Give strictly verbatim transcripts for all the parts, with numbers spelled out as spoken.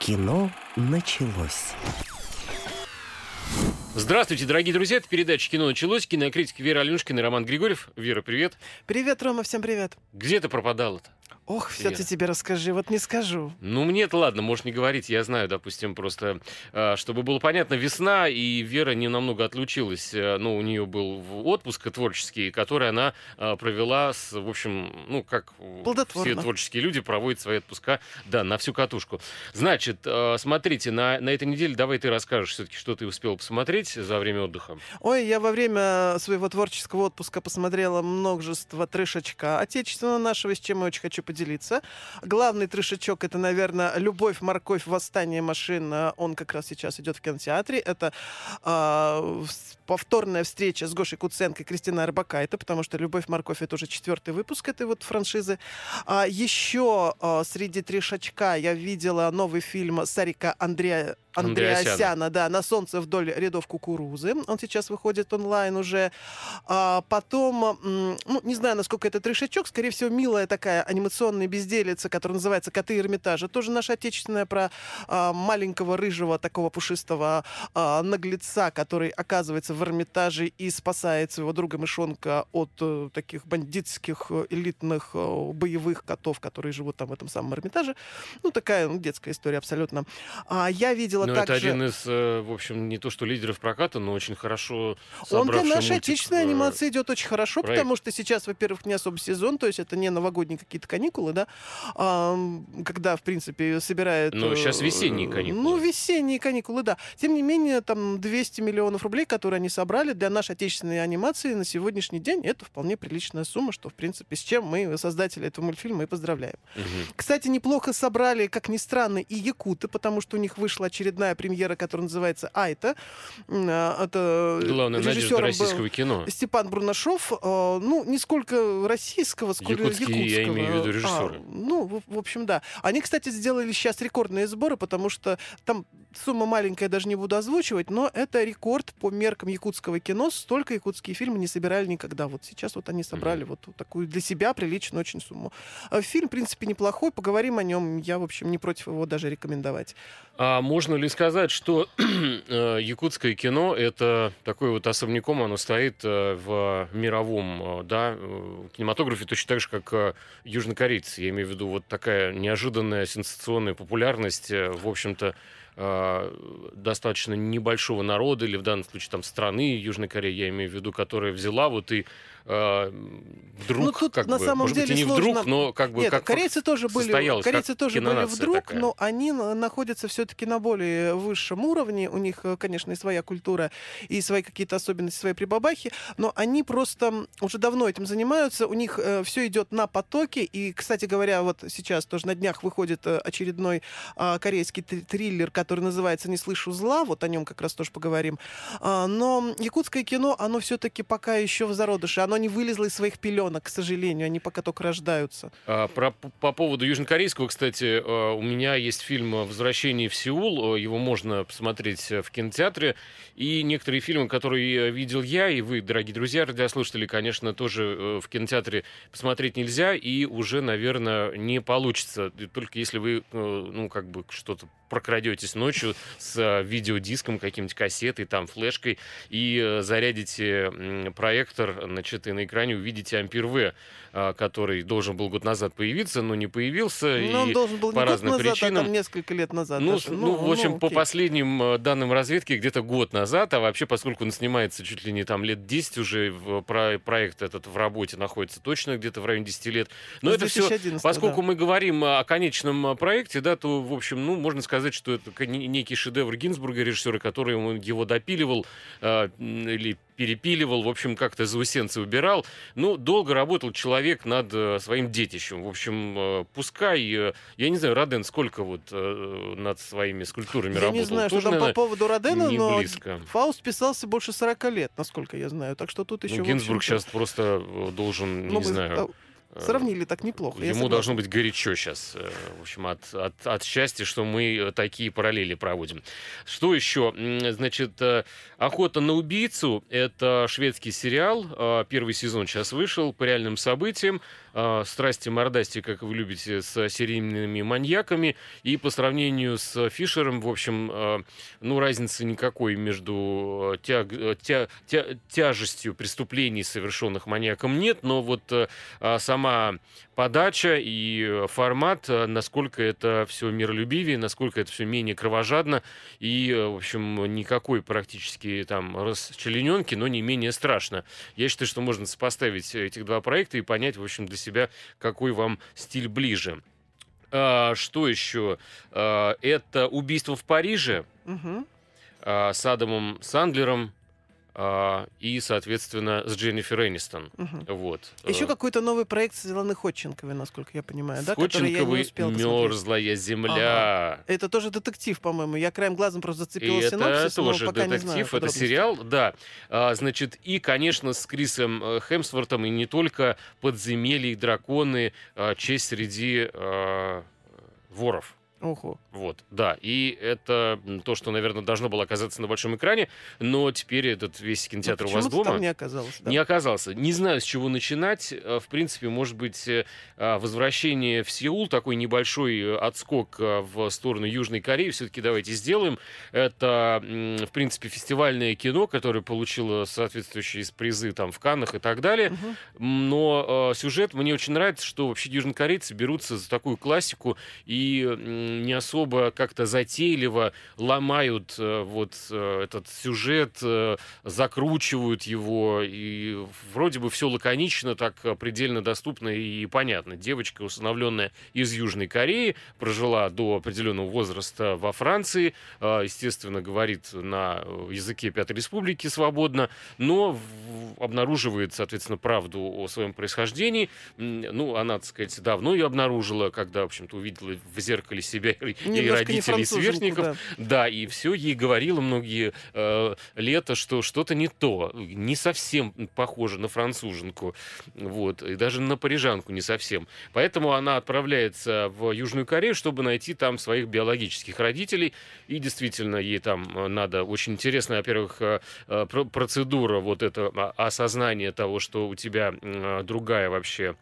Кино началось. Здравствуйте, дорогие друзья. Это передача «Кино началось». Кинокритик Вера Алюшкина и Роман Григорьев. Вера, привет. Привет, Рома, всем привет. Где ты пропадала-то? Ох, все ты тебе расскажи, вот не скажу. Ну, мне-то ладно, можешь не говорить, я знаю, допустим, просто, чтобы было понятно, весна, и Вера не намного отлучилась, ну, у нее был отпуск творческий, который она провела, с, в общем, ну, как все творческие люди проводят свои отпуска, да, на всю катушку. Значит, смотрите, на, на этой неделе давай ты расскажешь все-таки, что ты успел посмотреть за время отдыха. Ой, я во время своего творческого отпуска посмотрела множество трешечка отечественного нашего, с чем я очень хочу поделиться. Главный трешечок — это, наверное, «Любовь, морковь, восстание машин». Он как раз сейчас идет в кинотеатре. Это э, повторная встреча с Гошей Куценко и Кристиной Орбакайте, потому что «Любовь, морковь» — это уже четвертый выпуск этой вот франшизы. А еще э, среди трешечка я видела новый фильм Сарика Андрея Андреасяна, да, «На солнце вдоль рядов кукурузы». Он сейчас выходит онлайн уже. А потом, ну, не знаю, насколько это трешечок, скорее всего, милая такая анимационная безделица, которая называется «Коты Эрмитажа». Тоже наша отечественная, про а, маленького рыжего такого пушистого а, наглеца, который оказывается в Эрмитаже и спасает своего друга мышонка от а, таких бандитских элитных а, боевых котов, которые живут там в этом самом Эрмитаже. Ну, такая ну, детская история абсолютно. А, я видела Но также... это один из, в общем, не то что лидеров проката, но очень хорошо собравший Он для нашей мультик, отечественной анимации идет очень хорошо, проект. Потому что сейчас, во-первых, не особо сезон, то есть это не новогодние какие-то каникулы, да, а, когда, в принципе, собирают... Но сейчас весенние каникулы. Ну, весенние каникулы, да. Тем не менее, там двести миллионов рублей, которые они собрали для нашей отечественной анимации на сегодняшний день, это вполне приличная сумма, что, в принципе, с чем мы, создатели этого мультфильма, и поздравляем. Угу. Кстати, неплохо собрали, как ни странно, и якуты, потому что у них вышла очередная премьера, которая называется «Айта». Это главная надежда российского кино. Степан Брунашов. Ну, не сколько российского, сколько якутские, якутского. Я имею в виду режиссера. А, ну, в, в общем, да. Они, кстати, сделали сейчас рекордные сборы, потому что там сумма маленькая, даже не буду озвучивать, но это рекорд по меркам якутского кино. Столько якутские фильмы не собирали никогда. Вот сейчас вот они собрали mm-hmm. вот такую для себя приличную очень сумму. Фильм, в принципе, неплохой. Поговорим о нем. Я, в общем, не против его даже рекомендовать. А можно ли сказать, что якутское кино — это такой вот особняком, оно стоит в мировом, да, кинематографе точно так же, как южнокорейцы? Я имею в виду вот такая неожиданная сенсационная популярность, в общем-то, достаточно небольшого народа, или в данном случае там страны Южной Кореи, я имею в виду, которая взяла вот и э, вдруг, ну, тут как на бы, самом может деле быть, и не сложно... вдруг, но как бы... Нет, как корейцы тоже были, корейцы тоже были вдруг, такая. но они находятся все-таки на более высшем уровне. У них, конечно, и своя культура, и свои какие-то особенности, свои прибабахи, но они просто уже давно этим занимаются, у них э, все идет на потоке, и, кстати говоря, вот сейчас тоже на днях выходит очередной э, корейский триллер, который называется «Не слышу зла», вот о нем как раз тоже поговорим. А, но якутское кино, оно все-таки пока еще в зародыше, оно не вылезло из своих пеленок, к сожалению, они пока только рождаются. А, про, по поводу южнокорейского, кстати, у меня есть фильм «Возвращение в Сеул», его можно посмотреть в кинотеатре, и некоторые фильмы, которые видел я, и вы, дорогие друзья, радиослушатели, конечно, тоже в кинотеатре посмотреть нельзя, и уже, наверное, не получится, только если вы, ну, как бы что-то прокрадетесь ночью с видеодиском, каким-нибудь кассетой, там, флешкой, и зарядите проектор, значит, и на экране увидите «Ампир В», который должен был год назад появиться, но не появился, но и он должен был по не разным год назад, причинам. А там несколько лет назад. Ну, даже. ну, ну, в общем, ну, по последним данным разведки, где-то год назад, а вообще, поскольку он снимается чуть ли не там лет десять уже, в, про, проект этот в работе находится точно где-то в районе десяти лет. Но это все, поскольку да. мы говорим о конечном проекте, да, то, в общем, ну, можно сказать, что это некий шедевр Гинзбурга, режиссера, который его допиливал э, или перепиливал, в общем, как-то заусенцы убирал. Ну, долго работал человек над э, своим детищем. В общем, э, пускай, э, я не знаю, Роден сколько вот э, над своими скульптурами я работал. Я не знаю, тоже, что там наверное, по поводу Родена, но близко. Фауст писался больше сорок лет, насколько я знаю. Так что тут еще... Ну, Гинзбург сейчас просто должен, ну, не мы... знаю... Сравнили так неплохо. Ему должно быть горячо сейчас, в общем, от, от, от счастья, что мы такие параллели проводим. Что еще? Значит, «Охота на убийцу» — это шведский сериал. Первый сезон сейчас вышел по реальным событиям. Страсти-мордасти, как вы любите, с серийными маньяками. И по сравнению с Фишером, в общем, ну, разницы никакой между тяг, тя, тя, тяжестью преступлений, совершенных маньяком, нет. Но вот сама подача и формат, насколько это все миролюбивее, насколько это все менее кровожадно. И, в общем, никакой практически там расчлененки, но не менее страшно. Я считаю, что можно сопоставить этих два проекта и понять, в общем, для себя, какой вам стиль ближе. А, что еще? А, это «Убийство в Париже» Угу. а, с Адамом Сандлером а, и, соответственно, с Дженнифер Энистон. Угу. Вот. Еще какой-то новый проект с Зеленой Ходченковой, насколько я понимаю, да? Который я не Ходченковой успела посмотреть. «Мерзлая земля». Ага. Это тоже детектив, по-моему. Я краем глазом просто зацепила И синопсис, это тоже но пока не знаю детектив, это подробностей. сериал, да. А, значит, и, конечно, с Крисом э, Хемсвортом, и не только «Подземелья и драконы», а, честь среди а, воров. Ого. Вот, да, и это то, что, наверное, должно было оказаться на большом экране, но теперь этот весь кинотеатр Ну, у вас почему-то дома там не оказалось. Да? не оказался. Не знаю, с чего начинать. В принципе, может быть, возвращение в Сеул, такой небольшой отскок в сторону Южной Кореи, все-таки давайте сделаем. Это, в принципе, фестивальное кино, которое получило соответствующие призы там в Каннах и так далее. Угу. Но сюжет мне очень нравится, что вообще южнокорейцы берутся за такую классику и не особо как-то затейливо ломают э, вот э, этот сюжет, э, закручивают его, и вроде бы все лаконично, так э, предельно доступно и понятно. Девочка, усыновленная из Южной Кореи, прожила до определенного возраста во Франции, э, естественно, говорит на языке Пятой Республики свободно, но в, обнаруживает, соответственно, правду о своем происхождении. Ну, она, так сказать, давно ее обнаружила, когда, в общем-то, увидела в зеркале себя и Немножко родителей, и сверстников. да. Да, и все ей говорила многие э, лета, что что-то не то, не совсем похоже на француженку, вот, и даже на парижанку не совсем. Поэтому она отправляется в Южную Корею, чтобы найти там своих биологических родителей, и действительно ей там надо очень интересная, во-первых, э, э, процедура вот это осознание того, что у тебя э, другая вообще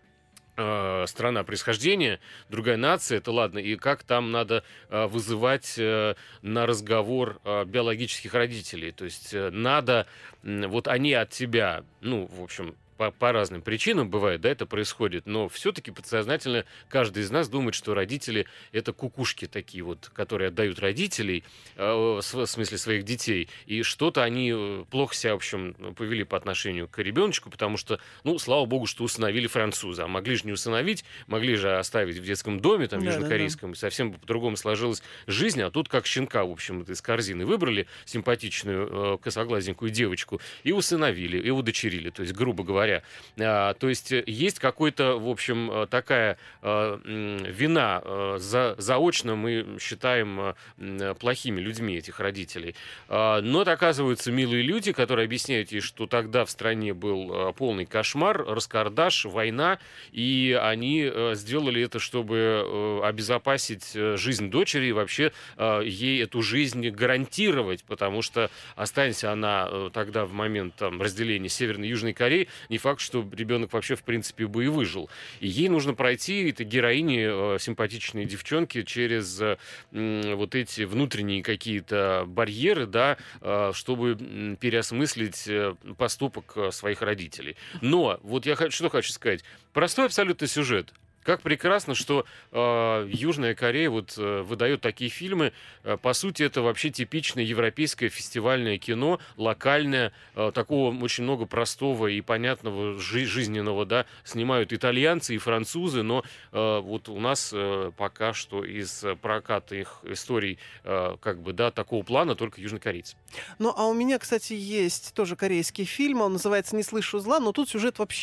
страна происхождения, другая нация, это ладно, и как там надо э, вызывать э, на разговор э, биологических родителей, то есть э, надо, э, вот они от тебя, ну, в общем, по, по разным причинам бывает, да, это происходит, но все-таки подсознательно каждый из нас думает, что родители — это кукушки такие вот, которые отдают родителей, э, в смысле своих детей, и что-то они плохо себя, в общем, повели по отношению к ребеночку, потому что, ну, слава богу, что усыновили француза, а могли же не усыновить, могли же оставить в детском доме, там, Да, южнокорейском, да, совсем по-другому сложилась жизнь, а тут как щенка, в общем, из корзины выбрали симпатичную, э, косоглазенькую девочку и усыновили, и удочерили, то есть, грубо говоря, А, то есть есть какой-то, в общем, такая а, вина а, за, заочно мы считаем а, плохими людьми этих родителей. А, но это оказываются милые люди, которые объясняют ей, что тогда в стране был а, полный кошмар, раскардаш, война, и они а, сделали это, чтобы а, обезопасить жизнь дочери и вообще а, ей эту жизнь гарантировать, потому что останься она а, тогда в момент там, разделения Северной и Южной Кореи, не факт, что ребенок вообще, в принципе, бы и выжил. И ей нужно пройти, это героини, э, симпатичные девчонки, через э, вот эти внутренние какие-то барьеры, да, э, чтобы переосмыслить э, поступок э, своих родителей. Но, вот я хочу, что хочу сказать. Простой абсолютно сюжет. Как прекрасно, что э, Южная Корея вот, э, выдает такие фильмы. Э, по сути, это вообще типичное европейское фестивальное кино, локальное, э, такого очень много простого и понятного, жи- жизненного, да, снимают итальянцы и французы, но э, вот у нас э, пока что из проката их историй э, как бы, да, такого плана только южнокорейцы. Ну, а у меня, кстати, есть тоже корейский фильм, он называется «Не слышу зла», но тут сюжет вообще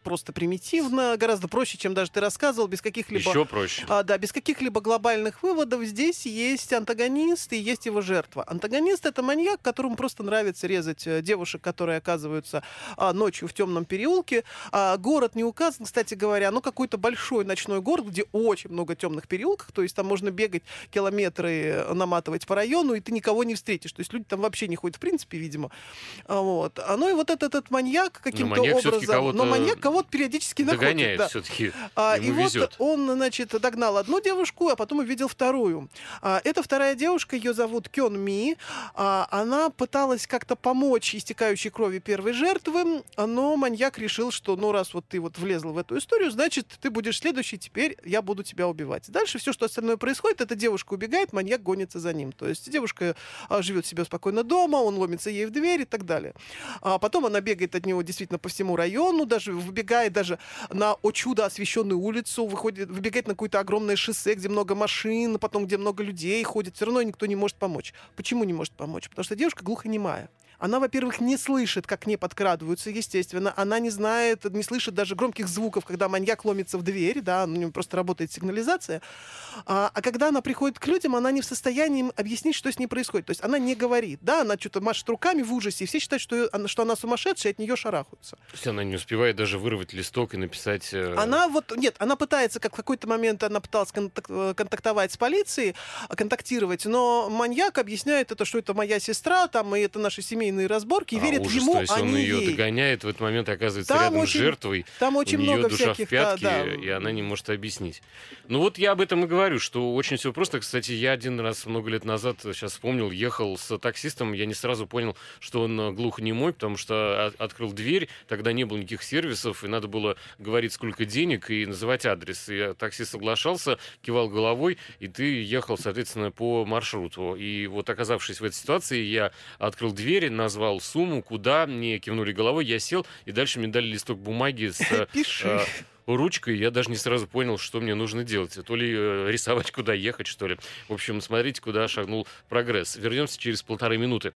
просто примитивно, гораздо проще, чем даже ты рассказывал, без каких-либо... Еще проще. А, да, без каких-либо глобальных выводов. Здесь есть антагонист и есть его жертва. Антагонист — это маньяк, которому просто нравится резать э, девушек, которые оказываются а, ночью в темном переулке. А, город не указан, кстати говоря, но какой-то большой ночной город, где очень много темных переулков, то есть там можно бегать километры, наматывать по району, и ты никого не встретишь. То есть люди там вообще не ходят в принципе, видимо. А, вот. А, ну и вот этот, этот маньяк каким-то но маньяк образом... Но маньяк кого-то периодически находит. Догоняет Да. все-таки. А, Ему и везет. вот он, значит, догнал одну девушку, а потом увидел вторую. А, эта вторая девушка, ее зовут Кён Ми. А, она пыталась как-то помочь истекающей крови первой жертвы, но маньяк решил, что ну раз вот ты вот влезла в эту историю, значит, ты будешь следующий, теперь я буду тебя убивать. Дальше все, что остальное происходит, эта девушка убегает, маньяк гонится за ним. То есть девушка а, живет себе спокойно дома, он ломится ей в дверь и так далее. А потом она бегает от него действительно по всему району, даже выбегает даже на, о чудо, освещенную улицу, выходит, выбегает на какое-то огромное шоссе, где много машин, потом где много людей ходит, все равно никто не может помочь. Почему не может помочь? Потому что девушка глухонемая. Она, во-первых, не слышит, как к ней подкрадываются, естественно. Она не знает, не слышит даже громких звуков, когда маньяк ломится в дверь, да, у нее просто работает сигнализация. А, а когда она приходит к людям, она не в состоянии им объяснить, что с ней происходит. То есть она не говорит, да, она что-то машет руками в ужасе, и все считают, что она, что она сумасшедшая, от нее шарахаются. То есть она не успевает даже вырвать листок и написать... Э... Она вот, нет, она пытается, как в какой-то момент она пыталась контак- контактовать с полицией, контактировать, но маньяк объясняет это, что это моя сестра, там, и это наши семейные разборки, и а, верят ужас, ему, то есть а он не ее ей. догоняет, в этот момент оказывается Там рядом очень, с жертвой, там очень у нее много душа всяких, в пятки, да, да. и она не может объяснить. Ну вот я об этом и говорю, что очень все просто. Кстати, я один раз много лет назад, сейчас вспомнил, ехал с таксистом, я не сразу понял, что он глухонемой, потому что открыл дверь, тогда не было никаких сервисов, и надо было говорить, сколько денег, и называть адрес. И таксист соглашался, кивал головой, и ты ехал, соответственно, по маршруту. И вот оказавшись в этой ситуации, я открыл дверь, назвал сумму, куда, мне кивнули головой, я сел, и дальше мне дали листок бумаги с... Пиши. ручкой, я даже не сразу понял, что мне нужно делать. То ли э, рисовать, куда ехать, что ли. В общем, смотрите, куда шагнул прогресс. Вернемся через полторы минуты.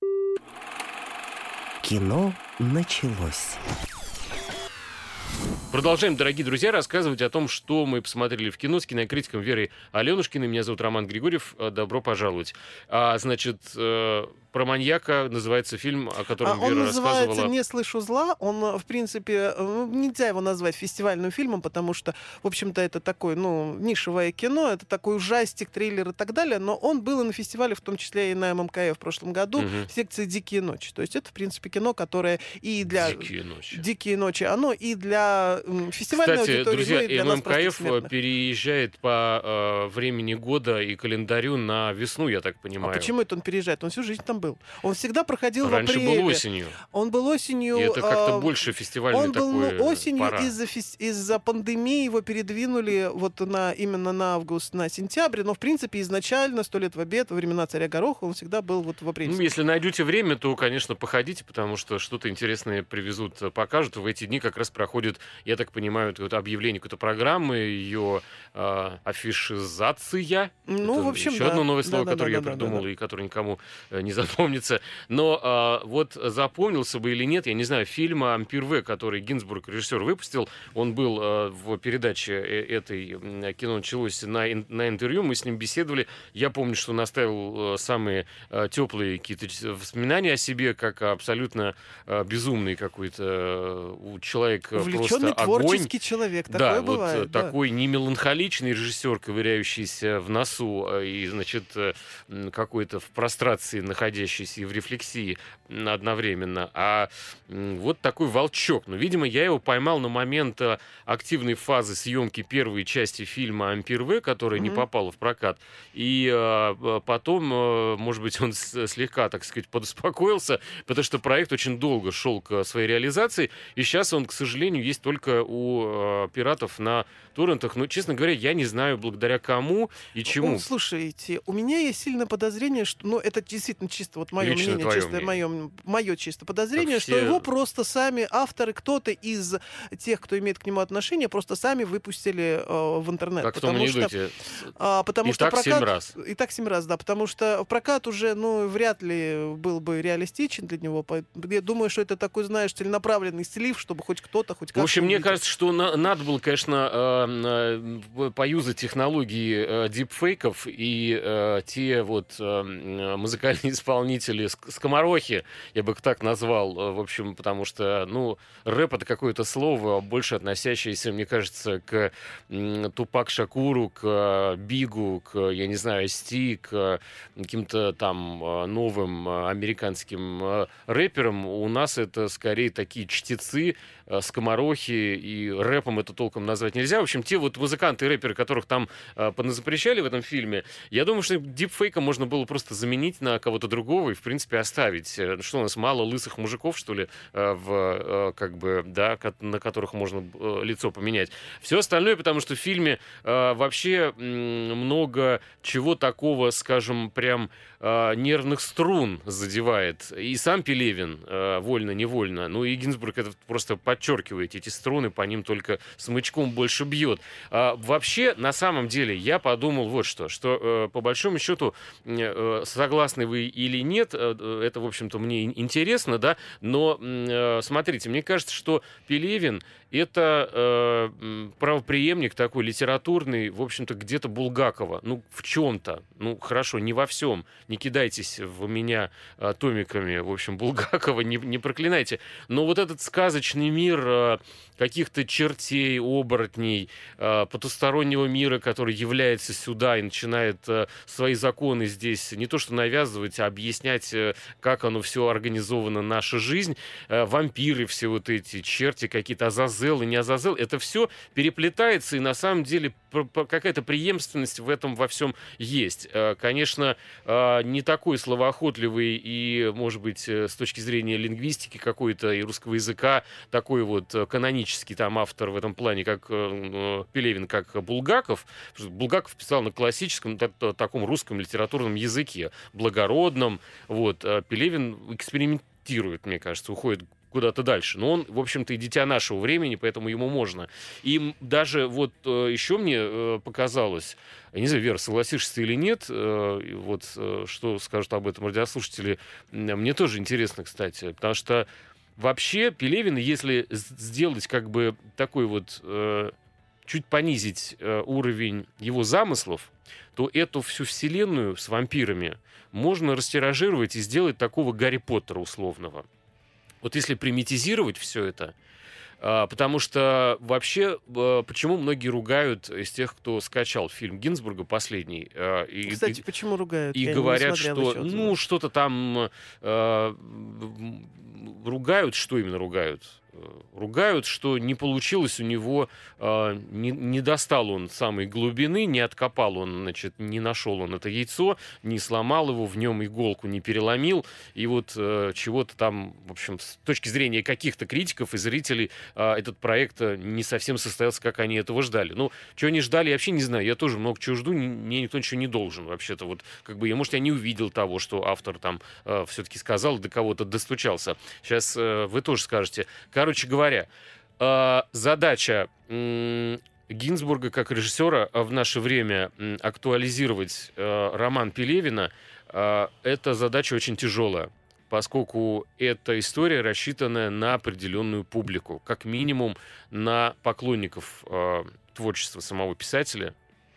Кино началось. Продолжаем, дорогие друзья, рассказывать о том, что мы посмотрели в кино с кинокритиком Верой Аленушкиной. Меня зовут Роман Григорьев. Добро пожаловать. А, значит, э, про маньяка называется фильм, о котором а Вера он называется рассказывала. «Не слышу зла». Он, в принципе, нельзя его назвать фестивальным фильмом, потому что, в общем-то, это такое, ну, нишевое кино, это такой ужастик, триллер и так далее, но он был и на фестивале, в том числе и на эм эм ка эф в прошлом году, Угу. в секции «Дикие ночи». То есть это, в принципе, кино, которое и для... «Дикие ночи». «Дикие ночи». Оно и для м, фестивальной Кстати, аудитории, друзья, ну, и для эм нас эм ка простых эф смертных. переезжает по э, времени года и календарю на весну, я так А понимаю. почему это он переезжает? Он всю жизнь там был. Он всегда проходил Раньше в апреле. был осенью. Он был осенью. И это как-то а, больше фестивальный Он был такой ну, осенью пора. из-за, фес- из-за пандемии его передвинули вот на, именно на август, на сентябрь. Но, в принципе, изначально, «Сто лет в обед», во времена царя Гороха, он всегда был вот в апреле. Ну, если найдете время, то, конечно, походите, потому что что-то интересное привезут, покажут. В эти дни как раз проходит, я так понимаю, вот объявление какой-то программы, ее э, афишизация. Ну, Это в общем, еще да. одно новое слово, Да, да, которое да, я да, придумал да, да. и которое никому э, не запомнится. Но э, вот запомнился бы или нет, я не знаю, фильм «Ампир В», который Гинзбург, режиссер, выпустил, он был э, в передаче э, этой э, «Кино началось» на, ин- на интервью, мы с ним беседовали. Я помню, что он оставил э, самые э, теплые какие-то воспоминания о себе, как абсолютно э, безумный какой-то э, у человека Увлеченный просто огонь. творческий человек. Такое Да, бывает. вот да. такой не меланхоличный режиссер, ковыряющийся в носу э, и, значит, э, м, какой-то в прострации находящийся и в рефлексии одновременно, а м, вот такой волчок. Но, видимо, я его поймал на момент э, активной фазы съемки первой части фильма «Ампир В», которая не Мгм. попала в прокат. И э, э, потом, э, может быть, он с- слегка, так сказать, подуспокоился, потому что проект очень долго шел к своей реализации, и сейчас он, к сожалению, есть только у э, пиратов на торрентах. Но, честно говоря, я не знаю, благодаря кому и чему. О, слушайте, у меня есть сильное подозрение, что, ну, это действительно чис- чисто вот мое Лично мнение, твое чисто мнение. мое, мое чисто подозрение, Так что все- его просто сами авторы, кто-то из тех, кто имеет к нему отношение, просто сами выпустили э, в интернет. Как в том потому что, анекдоте. а, потому И что так семь прокат... раз. И так семь раз, да, потому что прокат уже, ну, вряд ли был бы реалистичен для него. по- Я думаю, что это такой, знаешь, целенаправленный слив, чтобы хоть кто-то, хоть как-то В общем, мне увидел. кажется, что на- надо было, конечно, э, э, поюзать технологии э, дипфейков и э, те вот э, м, музыкальные исполнители ск- скоморохи, я бы их так назвал, э, в общем, потому что, ну, рэп — это какое-то слово, больше относящееся, мне кажется, к м, Тупак Шакуру, к э, Бигу, к, я не знаю, Асти, к каким-то там э, новым э, американским э, рэперам. У нас это скорее такие чтецы, э, скоморохи, и рэпом это толком назвать нельзя. В общем, те вот музыканты и рэперы, которых там э, поназапрещали в этом фильме, я думаю, что дипфейком можно было просто заменить на кого-то другого и, в принципе, оставить. Э, Что у нас, мало лысых мужиков, что ли, э, в, э, как бы, да, ко- на которых можно э, лицо поменять. Все остальное, потому что в фильме э, вообще м, много чего такого, скажем, прям э, нервных струн задевает. И сам Пелевин, э, вольно-невольно, ну и Гинзбург это просто подчеркивает эти струны, по ним только смычком больше бьет. А, вообще, на самом деле, я подумал вот что, что э, по большому счету, э, согласны вы или нет, э, это, в общем-то, мне ин- интересно, да, но м, э, смотрите, мне кажется, что Пелевин это э, м, правопреемник такой литературный, в общем-то, где-то Булгакова. Ну, в чем-то. Ну, хорошо, не во всем. Не кидайтесь в меня э, томиками, в общем, Булгакова, не, не проклинайте. Но вот этот сказочный мир э, каких-то чертей, оборотней, э, потустороннего мира, который является сюда и начинает э, свои законы здесь не то что навязывать, а объяснять, э, как оно все организовано, наша жизнь, э, вампиры все вот эти, черти какие-то, Азазел и не Азазел, это все переплетается, и на самом деле пр- пр- какая-то преемственность в этом во всем есть. Э, Конечно, э, не такой словоохотливый и, может быть, э, с точки зрения лингвистики какой-то и русского языка, такой вот э, канонический там автор в этом плане, как э, э, Пелевин, как Булгаков. Потому что Булгаков писал на классическом та- та- таком русском литературном языке, благородном. Вот. а Пелевин экспериментирует, мне кажется, уходит куда-то дальше. Но он, в общем-то, и дитя нашего времени, поэтому ему можно. И м, даже вот э, еще мне э, показалось, я не знаю, Вера, согласишься ты или нет, э, и вот э, что скажут об этом радиослушатели, м, мне тоже интересно, кстати, потому что вообще Пелевин, если с- сделать как бы такой вот, э, чуть понизить э, уровень его замыслов, то эту всю вселенную с вампирами можно растиражировать и сделать такого Гарри Поттера условного. Вот если примитизировать все это, а, потому что вообще, а, почему многие ругают из тех, кто скачал фильм Гинзбурга последний, а, и, Кстати, и- почему ругают? и Я не говорят, смотрела что еще отзывы. ну что-то там а, м, ругают, что именно ругают? Э, Ругают, что не получилось у него, а, не, не достал он самой глубины, не откопал он, значит, не нашел он это яйцо, не сломал его, в нем иголку не переломил, и вот э, чего-то там, в общем, с точки зрения каких-то критиков и зрителей, а, этот проект э, не совсем состоялся, как они этого ждали. Ну, чего они ждали, я вообще не знаю. Я тоже много чего жду, ни- мне никто ничего не должен вообще-то. Вот, как бы, я, может, я не увидел того, что автор там все-таки сказал, до кого-то достучался. Сейчас э, вы тоже скажете. Короче говоря, э, задача м, Гинзбурга как режиссера э, в наше время м, актуализировать э, роман Пелевина, э, эта задача очень тяжелая, поскольку эта история рассчитана на определенную публику, как минимум на поклонников э, творчества самого писателя.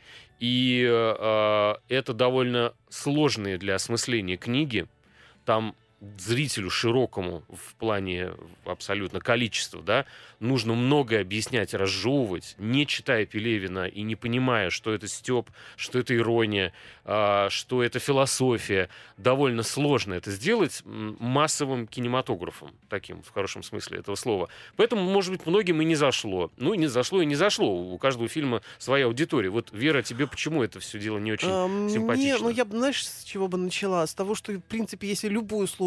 И э, это довольно сложные для осмысления книги. Там зрителю широкому в плане абсолютно количества, да, нужно многое объяснять, разжевывать, не читая Пелевина и не понимая, что это стёб, что это ирония, а, что это философия. Довольно сложно это сделать м, массовым кинематографом, таким, в хорошем смысле этого слова. Поэтому, может быть, многим и не зашло. Ну, и не зашло, и не зашло. У каждого фильма своя аудитория. Вот, Вера, тебе почему это все дело не очень А, Мне, симпатично? ну я бы, знаешь, с чего бы начала? С того, что, в принципе, если любую сложную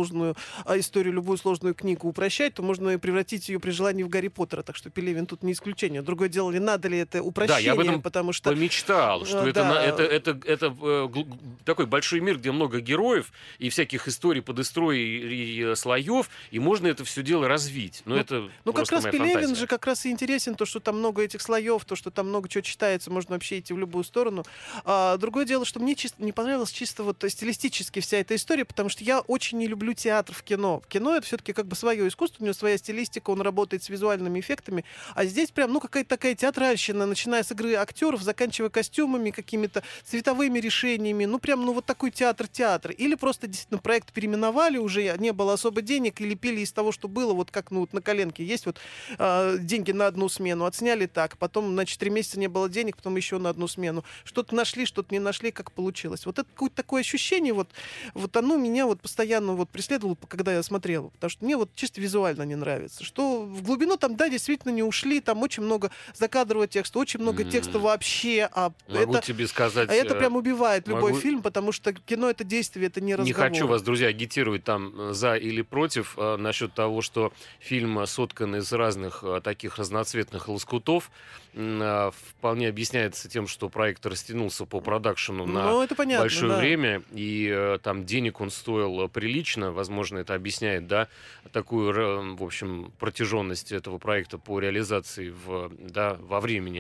сложную а, историю, любую сложную книгу упрощать, то можно и превратить ее при желании в Гарри Поттера. Так что Пелевин тут не исключение. Другое дело, не надо ли это упрощение, Да, я об этом потому что... помечтал, что э, это, да. на- это, это, это э, гл- такой большой мир, где много героев и всяких историй, подисторий и, и слоев, и можно это все дело развить. Но Ну, это Ну, как просто раз моя Пелевин фантазия. же как раз и интересен, то, что там много этих слоев, то, что там много чего читается, можно вообще идти в любую сторону. А, другое дело, что мне чисто, не понравилась чисто вот стилистически вся эта история, потому что я очень не люблю театр в кино. В кино это все-таки как бы свое искусство, у него своя стилистика, он работает с визуальными эффектами, а здесь прям, ну, какая-то такая театральщина, начиная с игры актеров, заканчивая костюмами, какими-то цветовыми решениями, ну, прям, ну, вот такой театр-театр. Или просто действительно проект переименовали, уже не было особо денег, и лепили из того, что было, вот как, ну, вот на коленке есть вот э, деньги на одну смену, отсняли так, потом, значит, три месяца не было денег, потом еще на одну смену. Что-то нашли, что-то не нашли, как получилось. Вот это какое-то такое ощущение, вот, вот оно меня вот постоянно вот преследовало, когда я смотрела, потому что мне вот чисто визуально не нравится. Что в глубину там, да, действительно не ушли, там очень много закадрового текста, очень много М. текста вообще, а Могу это... тебе сказать... А это э, прям убивает любой могу- фильм, потому что кино — это действие, это не разговор. Не хочу вас, друзья, агитировать там э, за или против э, насчет того, что фильм э, соткан из разных э, таких разноцветных лоскутов. М, э, Вполне объясняется тем, что проект растянулся по продакшену на Ну, это понятно, большое да. время, и э, там денег он стоил э, прилично. Возможно, это объясняет, да, такую, ре- в общем, протяженность этого проекта по реализации в, да, во времени.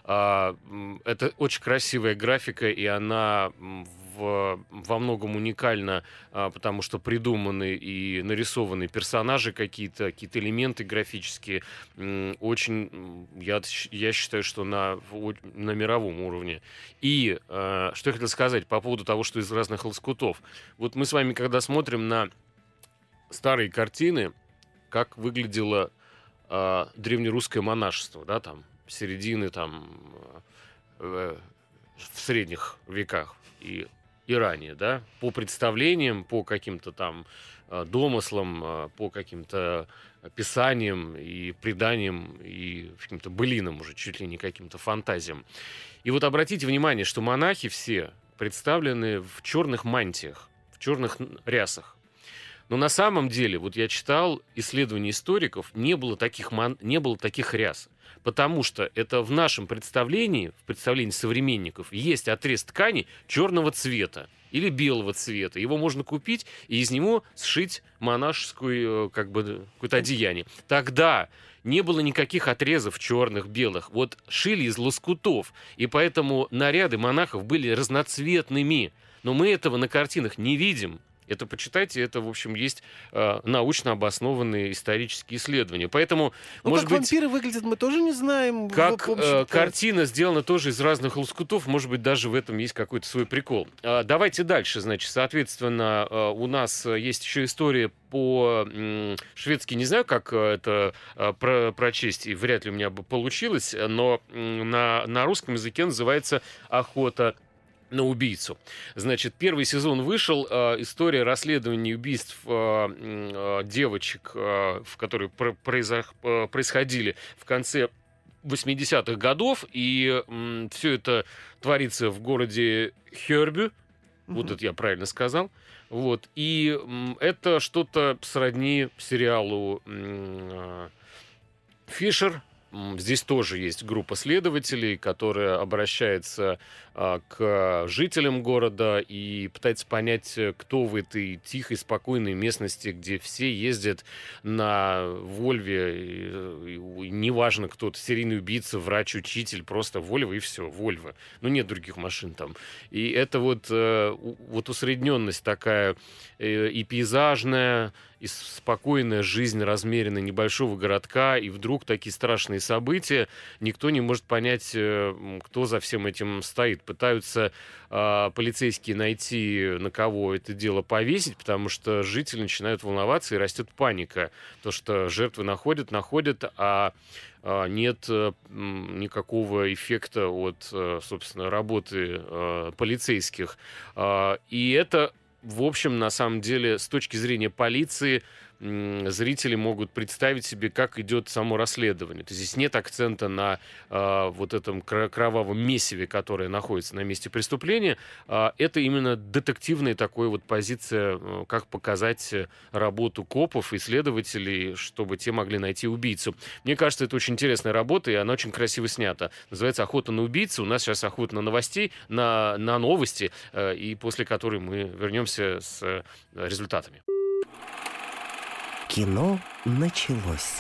А, м, это очень красивая графика, и она м, в- во многом уникальна, а, потому что придуманы и нарисованы персонажи какие-то, какие-то элементы графические. м, Очень, м, я, щ- я считаю, что на, в о- на мировом уровне. И э, что я хотел сказать по поводу того, что из разных лоскутов. Вот мы с вами, когда смотрим на старые картины, как выглядело э, древнерусское монашество, да, там, середины, там, э, в средних веках и, и ранее, да, по представлениям, по каким-то там э, домыслам, э, по каким-то писаниям и преданиям и каким-то былинам уже, чуть ли не каким-то фантазиям. И вот обратите внимание, что монахи все представлены в черных мантиях, в черных н- рясах. Но на самом деле, вот я читал исследования историков, не было таких, ман- не было таких ряс. Потому что это в нашем представлении, в представлении современников, есть отрез ткани черного цвета или белого цвета. Его можно купить и из него сшить монашескую, э, как бы, какое-то одеяние. Тогда не было никаких отрезов черных, белых. Вот шили из лоскутов. И поэтому наряды монахов были разноцветными. Но мы этого на картинах не видим. Это почитайте, это, в общем, есть э, научно обоснованные исторические исследования. Поэтому, Ну, может как быть, вампиры выглядят, мы тоже не знаем. как в- в э, общем-то. картина сделана тоже из разных лоскутов, может быть, даже в этом есть какой-то свой прикол. А, давайте дальше, значит, соответственно, э, у нас э, есть еще история по м, шведски, не знаю, как э, это э, про- прочесть, и вряд ли у меня бы получилось, но м, на, на русском языке называется «Охота на убийцу». Значит, первый сезон вышел. Э, история расследования убийств э, м, э, девочек, э, в которые про- произох- э, происходили в конце восьмидесятых годов. И все это творится в городе Хёрбю. Вот Мгм. это я правильно сказал. Вот. И м, это что-то сродни сериалу м, э, «Фишер». М, Здесь тоже есть группа следователей, которая обращается а, к жителям города и пытается понять, э, кто в этой тихой, спокойной местности, где все ездят на Вольве, и, э, и неважно, кто-то, серийный убийца, врач, учитель, просто Вольво и все, Вольво. Ну, нет других машин там. И это вот, э, у- вот усредненность такая э, и пейзажная, и спокойная жизнь размеренная небольшого городка, и вдруг такие страшные события, никто не может понять, э, м, кто за всем этим стоит. Пытаются а, полицейские найти, на кого это дело повесить, потому что жители начинают волноваться, и растет паника. То, что жертвы находят, находят, а а, нет э, м, никакого эффекта от, э, собственно, работы э, полицейских. А, И это, в общем, на самом деле, с точки зрения полиции, м, зрители могут представить себе, как идет само расследование. То есть здесь нет акцента на а, вот этом кра- кровавом месиве, которое находится на месте преступления. А, это именно детективная такая вот позиция, э, как показать э, работу копов и следователей, чтобы те могли найти убийцу. Мне кажется, это очень интересная работа, и она очень красиво снята. Называется «Охота на убийцу». У нас сейчас охота на новостей, на, на новости, э, и после которой мы вернемся с э, результатами. Кино началось.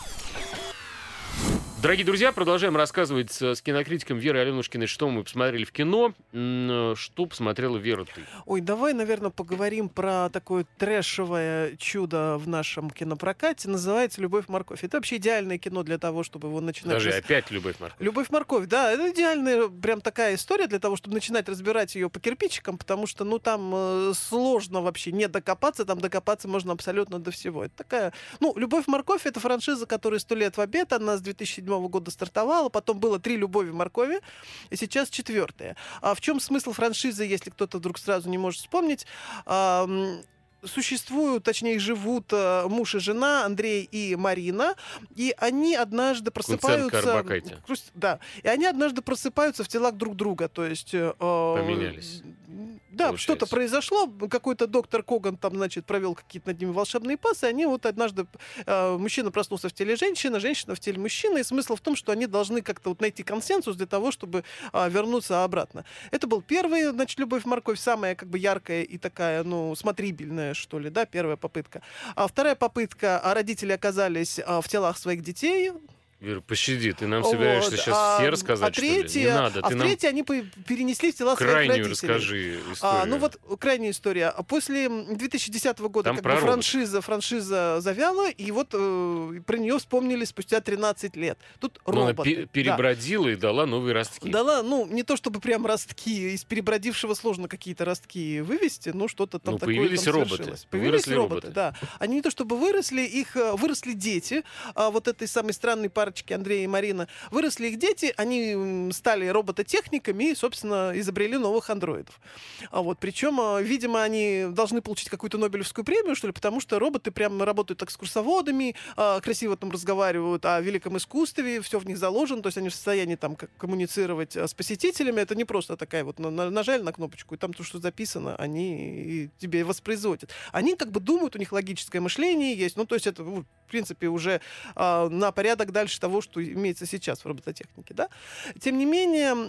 Дорогие друзья, продолжаем рассказывать с, с кинокритиком Верой Аленушкиной, что мы посмотрели в кино. М, Что посмотрела Вера ты? Ой, давай, наверное, поговорим про такое трэшевое чудо в нашем кинопрокате. Называется «Любовь, морковь». Это вообще идеальное кино для того, чтобы его начинать... Даже рас- опять «Любовь, морковь». «Любовь, морковь», да, это идеальная прям такая история для того, чтобы начинать разбирать ее по кирпичикам, потому что, ну, там э, сложно вообще не докопаться, там докопаться можно абсолютно до всего. Это такая, ну, «Любовь, морковь» — это франшиза, которая сто лет в обед, она с две тысячи седьмого года стартовала, потом было три «Любови, моркови», и сейчас четвертая. А в чем смысл франшизы, если кто-то вдруг сразу не может вспомнить? А, м, Существуют, точнее, живут э, муж и жена, Андрей и Марина, и они однажды просыпаются... Арбакайте. Крус- Да, и они однажды просыпаются в телах друг друга, то есть... э, Поменялись. Да, Получается. что-то произошло, какой-то доктор Коган там, значит, провел какие-то над ними волшебные пасы, они вот однажды... э, мужчина проснулся в теле женщины, женщина в теле мужчины, и смысл в том, что они должны как-то вот найти консенсус для того, чтобы э, вернуться обратно. Это был первый, значит, «Любовь, морковь», самая как бы яркая и такая, ну, смотрибельная, что ли, да, первая попытка. А вторая попытка, а родители оказались а, в телах своих детей. Вера, пощади, ты нам собираешься Вот, сейчас а, все рассказать, а что ли? третья, Не надо, а ты в нам третьей они по- перенесли в тела своих крайнюю родителей. расскажи историю. А, ну вот крайняя история. А После две тысячи десятого года Там как про бы роботов. франшиза, франшиза завяла, и вот э, про нее вспомнили спустя тринадцать лет. Тут Но она роботы. пе- да. перебродила и дала новые ростки. Дала, ну, не то чтобы прям ростки, из перебродившего сложно какие-то ростки вывести, но что-то там Ну, такое появились там роботы, свершилось. Появились выросли роботы, роботы. да. Они не то чтобы выросли, их э, выросли дети, а, вот этой самой странной парочки Андрея и Марина. Выросли их дети, они м, стали робототехниками и, собственно, изобрели новых андроидов. А вот, причем, а, видимо, они должны получить какую-то Нобелевскую премию, что ли, потому что роботы прям работают экскурсоводами, а, красиво там разговаривают о великом искусстве, все в них заложено, то есть они в состоянии там как коммуницировать а, с посетителями. Это не просто такая вот на- на- нажали на кнопочку, и там то, что записано, они и тебе воспроизводят. Они как бы думают, у них логическое мышление есть, ну, то есть это, ну, в принципе, уже а, на порядок дальше того, что имеется сейчас в робототехнике, да. Тем не менее,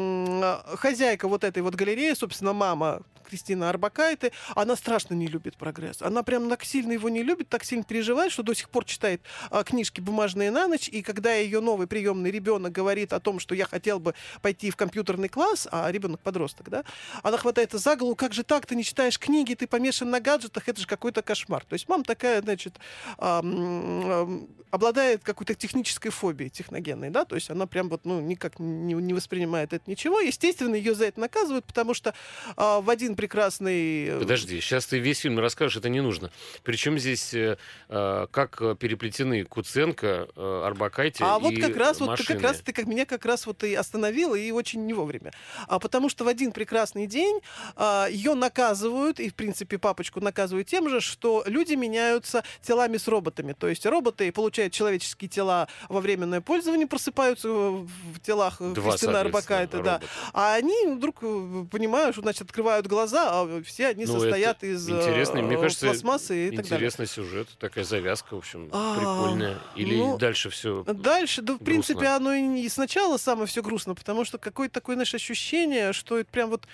м, хозяйка вот этой вот галереи, собственно, мама Кристина Арбакайте, она страшно не любит прогресс. Она прям так сильно его не любит, так сильно переживает, что до сих пор читает а, книжки бумажные на ночь, и когда ее новый приемный ребенок говорит о том, что я хотел бы пойти в компьютерный класс, а ребенок подросток, да, она хватается за голову: как же так, ты не читаешь книги, ты помешан на гаджетах, это же какой-то кошмар. То есть мама такая, значит, а, м, а, обладает какой-то технической фобией техногенной, да, то есть она прям вот, ну, никак не, не воспринимает это ничего. Естественно, ее за это наказывают, потому что а, в один прекрасный... Подожди, сейчас ты весь фильм расскажешь, это не нужно. Причем здесь э, э, как э, переплетены Куценко, э, Арбакайте А и вот как раз, вот ты машины. как раз ты как меня как раз вот и остановила, и очень не вовремя. А потому что в один прекрасный день а, ее наказывают, и в принципе папочку наказывают тем же, что люди меняются телами с роботами. То есть роботы получают человеческие тела во временное пользование, просыпаются в в телах Два, Кристины Арбакайте, да. робота. А они вдруг э, понимают, что, значит, открывают глаза, а все они Ну, состоят это из интересный, мне э, кажется, пластмассы и так далее. интересный сюжет, такая завязка, в общем, А, прикольная. Или ну, дальше все. Дальше, да, в грустно. принципе, оно и не- и сначала самое все грустно, потому что какое-то такое, знаешь, ощущение, что это прям вот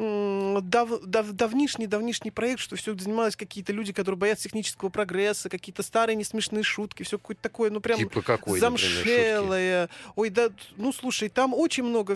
м, дав, дав- давнишний, давнишний проект, что все занимались какие-то люди, которые боятся технического прогресса, какие-то старые несмешные шутки, все какое-то такое, ну прям Типа какой, например, шутки? замшелое. Ой, да, ну слушай, там очень много,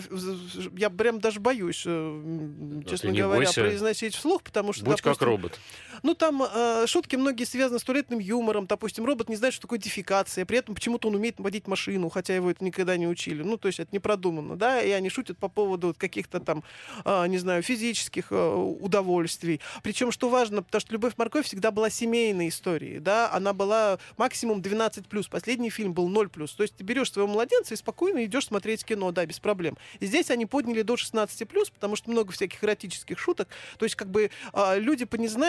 я прям даже боюсь, э, м, Да честно ты не говоря, бойся. произносить вслух, потому что, Будь как допустим, робот. ну, там э, шутки многие связаны с туалетным юмором. Допустим, робот не знает, что такое дефекация, при этом почему-то он умеет водить машину, хотя его это никогда не учили. Ну, то есть это не продумано, да, и они шутят по поводу вот каких-то там, э, не знаю, физических э, удовольствий. Причем, что важно, потому что «Любовь, морковь» всегда была семейной историей, да, она была максимум двенадцать плюс, последний фильм был ноль плюс. То есть ты берешь своего младенца и спокойно идешь смотреть кино, да, без проблем. И здесь они подняли до шестнадцати плюс, потому что много всяких эротических шуток. То есть как бы э, люди по незнанию, по старым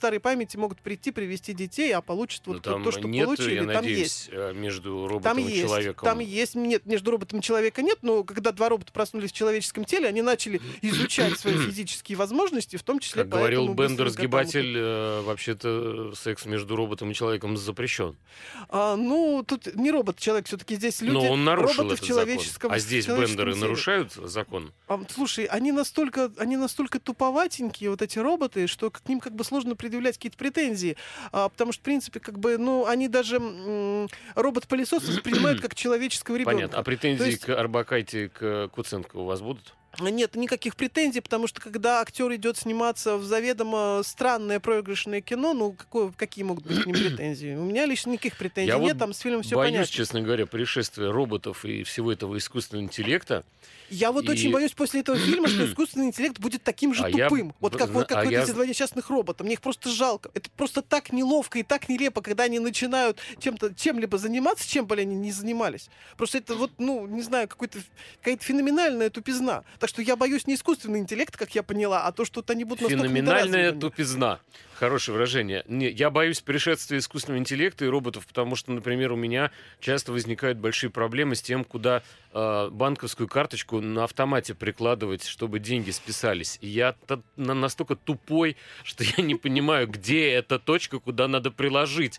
старой памяти могут прийти, привести детей, а получат Ну, вот там то, что нет, получили. я Там надеюсь, есть. э, между роботом Там и есть, человеком. там есть, нет, между роботом и человеком нет, но когда два робота проснулись в человеческом теле, они начали изучать свои физические возможности, в том числе Как говорил поэтому Бендер, быстренько там вот сгибатель, э, вообще-то секс между роботом и человеком запрещен. А, ну, тут не робот-человек, все-таки здесь люди, Но он нарушил роботы этот в человеческом закон. А в здесь человеческом Бендеры теле. нарушают закон? А, слушай, они настолько, они настолько туповатенькие, вот эти роботы, что к ним как бы сложно предъявлять какие-то претензии. А, потому что, в принципе, как бы, ну, они даже м- робот-пылесос воспринимают как человеческого ребенка. Понятно. А претензии То есть- к Арбакайте, к Куценко у вас будут? Нет никаких претензий, потому что когда актер идет сниматься в заведомо странное проигрышное кино, ну какое, какие могут быть к ним претензии? У меня лично никаких претензий Я нет, вот там с фильмом все боюсь, понятно. честно говоря, пришествия роботов и всего этого искусственного интеллекта. Я вот И- очень боюсь после этого фильма, что искусственный интеллект будет таким же А я тупым. Вот б- как, вот, а как вот я- эти два несчастных робота. Мне их просто жалко. Это просто так неловко и так нелепо, когда они начинают чем-то, чем-либо заниматься, чем бы они ни занимались. Просто это вот, ну, не знаю, какой-то, какая-то феноменальная тупизна. Так что я боюсь не искусственный интеллект, как я поняла, а то, что вот они будут настолько Феноменальная недоразвитыми. тупизна. Хорошее выражение. Не, я боюсь пришествия искусственного интеллекта и роботов, потому что, например, у меня часто возникают большие проблемы с тем, куда э, банковскую карточку на автомате прикладывать, чтобы деньги списались. И я та- на- настолько тупой, что я не понимаю, где эта точка, куда надо приложить.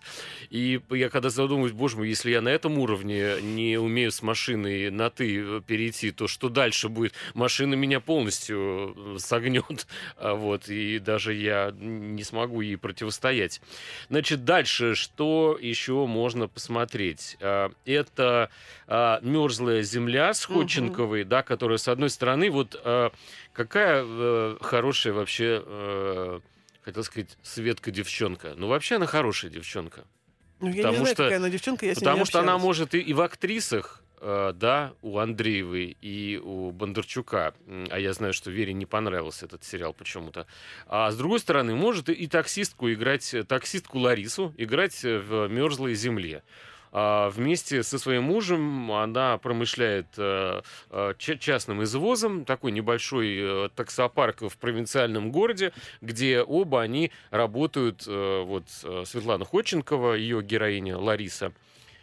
И я когда задумываюсь, боже мой, если я на этом уровне не умею с машиной на «ты» перейти, то что дальше будет? Машина меня полностью согнет. А вот, и даже я не смогу ей противостоять. Значит, дальше, что еще можно посмотреть? А, Это а, «Мерзлая земля» с Ходченковой, да, которая, с одной стороны, вот а, какая э, хорошая вообще, э, хотел сказать, Светка-девчонка. Ну, вообще она хорошая девчонка. Ну, я не Потому знаю, что- какая она девчонка, я с ней Потому не что она общалась. может и, и в актрисах, э, да, у Андреевой и у Бондарчука, м, а я знаю, что Вере не понравился этот сериал почему-то, а с другой стороны, может и, и таксистку играть, э, таксистку Ларису играть э, в «Мерзлой земле». А вместе со своим мужем она промышляет э, э, ча- частным извозом, такой небольшой э, таксопарк в провинциальном городе, где оба они работают, э, вот э, Светлана Ходченкова, ее героиня Лариса,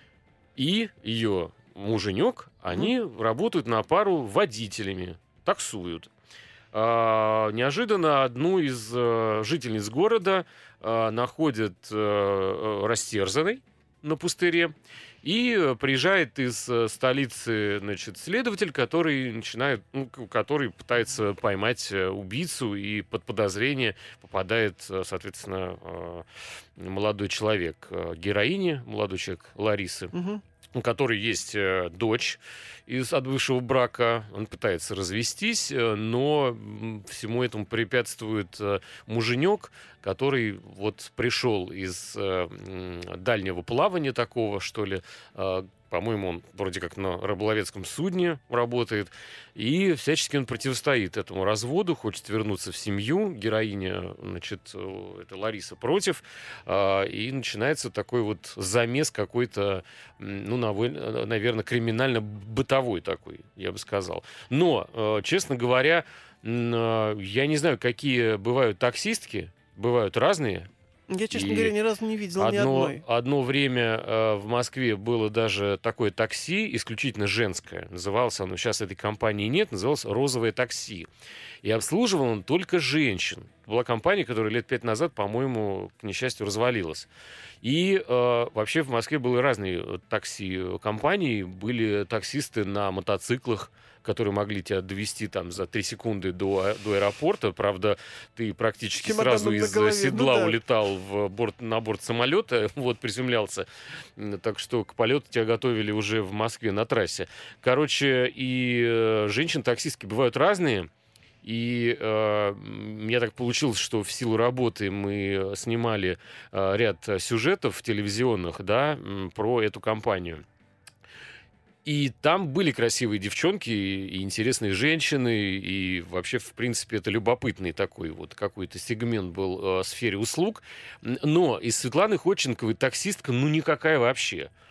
и ее муженек, они работают на пару водителями, таксуют. А, неожиданно одну из э, жительниц города э, находят э, э, растерзанной на пустыре, и э, приезжает из э, столицы, значит, следователь, который начинает, ну, к- который пытается поймать э, убийцу, и под подозрение попадает, э, соответственно, э, молодой человек э, героини, молодой человек Ларисы, Мгм. у которой есть э, дочь из от бывшего брака. Он пытается развестись, э, но м, всему этому препятствует э, муженек, который вот пришел из э, м, дальнего плавания такого, что ли. Э, по-моему, он вроде как на рыболовецком судне работает. И всячески он противостоит этому разводу, хочет вернуться в семью. Героиня, значит, э, это Лариса против. А, И начинается такой вот замес какой-то, м, ну, наверное, криминально-бытовой такой, я бы сказал. Но, э, честно говоря, м, э, я не знаю, какие бывают таксистки, бывают разные. Я, честно И говоря, ни разу не видела ни Одно, одной. одно время э, в Москве было даже такое такси, исключительно женское. Называлось оно, сейчас этой компании нет, называлось «Розовое такси». И обслуживал он только женщин. Была компания, которая лет пять назад, по-моему, к несчастью, развалилась. И э, вообще в Москве были разные э, такси-компании. Были таксисты на мотоциклах, которые могли тебя довести там за три секунды до, а- до аэропорта. Правда, ты практически Чемоданом сразу на из голове, седла ну да. улетал в борт, на борт самолета, вот, приземлялся. М, Так что к полету тебя готовили уже в Москве на трассе. Короче, и э, женщин-таксистки бывают разные. И э, м, я так получилось, что в силу работы мы снимали э, ряд э, сюжетов телевизионных, да, м, про эту компанию. И там были красивые девчонки и и интересные женщины, и вообще, в принципе, это любопытный такой вот какой-то сегмент был э, в сфере услуг. Н- Но из Светланы Ходченковой таксистка, ну, никакая вообще.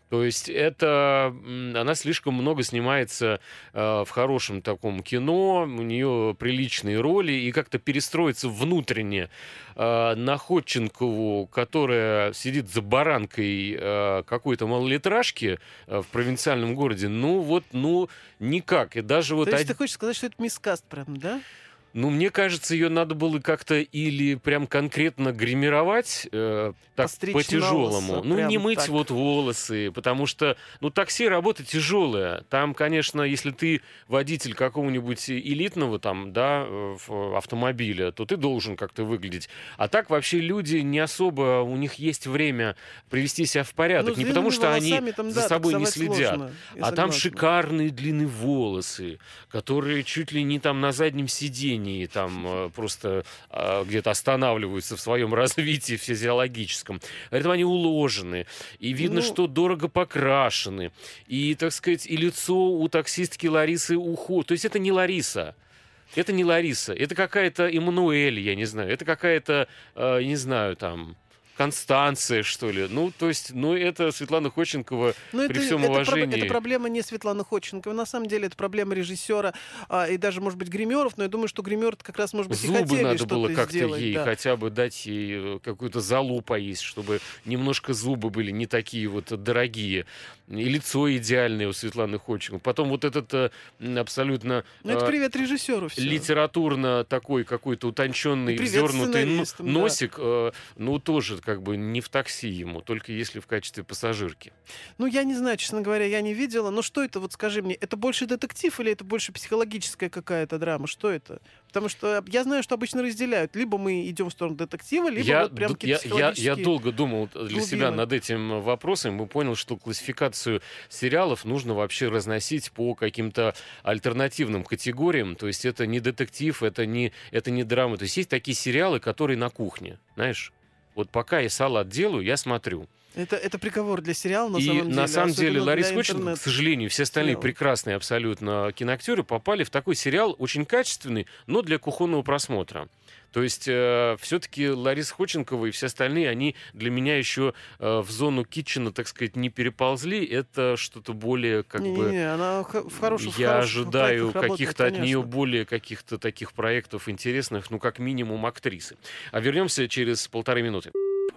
То есть это она слишком много снимается э, в хорошем таком кино, у нее приличные роли, и как-то перестроиться внутренне э, на Ходченкову, которая сидит за баранкой э, какой-то малолитражки э, в провинциальном городе, ну вот, ну никак. И даже вот То есть од... ты хочешь сказать, что это мискаст прям, да? Ну, мне кажется, ее надо было как-то или прям конкретно гримировать э, так Постричь по-тяжелому. на лысо, Ну, прям не мыть так. вот волосы, потому что, ну, такси работа тяжелая. Там, конечно, если ты водитель какого-нибудь элитного там, да, в- автомобиля, то ты должен как-то выглядеть. А так вообще люди не особо, у них есть время привести себя в порядок. Ну, не с потому, длинными что они волосами там, за да, собой не таксовать следят. сложно, я А там согласна. шикарные длинные волосы, которые чуть ли не там на заднем сиденье там э, просто э, где-то останавливаются в своем развитии физиологическом. Поэтому они уложены. И видно, Ну- что дорого покрашены. И, так сказать, и лицо у таксистки Ларисы уход. То есть это не Лариса. Это не Лариса. Это какая-то Эммануэль, я не знаю. Это какая-то, э, не знаю, там... Констанция, что ли. Ну, то есть, ну, это Светлана Ходченкова, Ну, при это, всем это, проб- уважении. это проблема не Светланы Ходченковой. На самом деле, это проблема режиссера а, и даже, может быть, гримеров. Но я думаю, что гримеры как раз, может быть, и Зубы хотели надо что-то было как-то сделать. ей да. хотя бы дать ей э, какую-то залу поесть, чтобы немножко зубы были не такие вот дорогие. И лицо идеальное у Светланы Ходченковой. Потом вот этот э, м, абсолютно Ну, это э, привет режиссеру все. литературно такой какой-то утонченный, И привет вздернутый но- сценаристам, да. носик, э, ну, тоже как бы не в такси ему, только если в качестве пассажирки. Ну, я не знаю, честно говоря, я не видела. Но что это, вот скажи мне, это больше детектив или это больше психологическая какая-то драма? Что это? Потому что я знаю, что обычно разделяют. Либо мы идем в сторону детектива, либо я, вот прям д- я, какие-то я, я психологические... долго думал для себя глубины. над этим вопросом и понял, что классификацию сериалов нужно вообще разносить по каким-то альтернативным категориям. То есть это не детектив, это не, это не драма. То есть есть такие сериалы, которые на кухне, знаешь. Вот пока я салат делаю, я смотрю. Это, это приговор для сериала, на и самом деле. на самом деле особенно Лариса для Ходченкова, к интернет- сожалению, все остальные сериалов. прекрасные абсолютно киноактеры попали в такой сериал, очень качественный, но для кухонного просмотра. То есть э, все-таки Лариса Ходченкова и все остальные, они для меня еще э, в зону китчена, так сказать, не переползли. Это что-то более как бы... Не-не-не, она х- в хороших, в Я хороших ожидаю проектах работает, каких-то от нее конечно. более каких-то таких проектов интересных, ну, как минимум, актрисы. А вернемся через полторы минуты.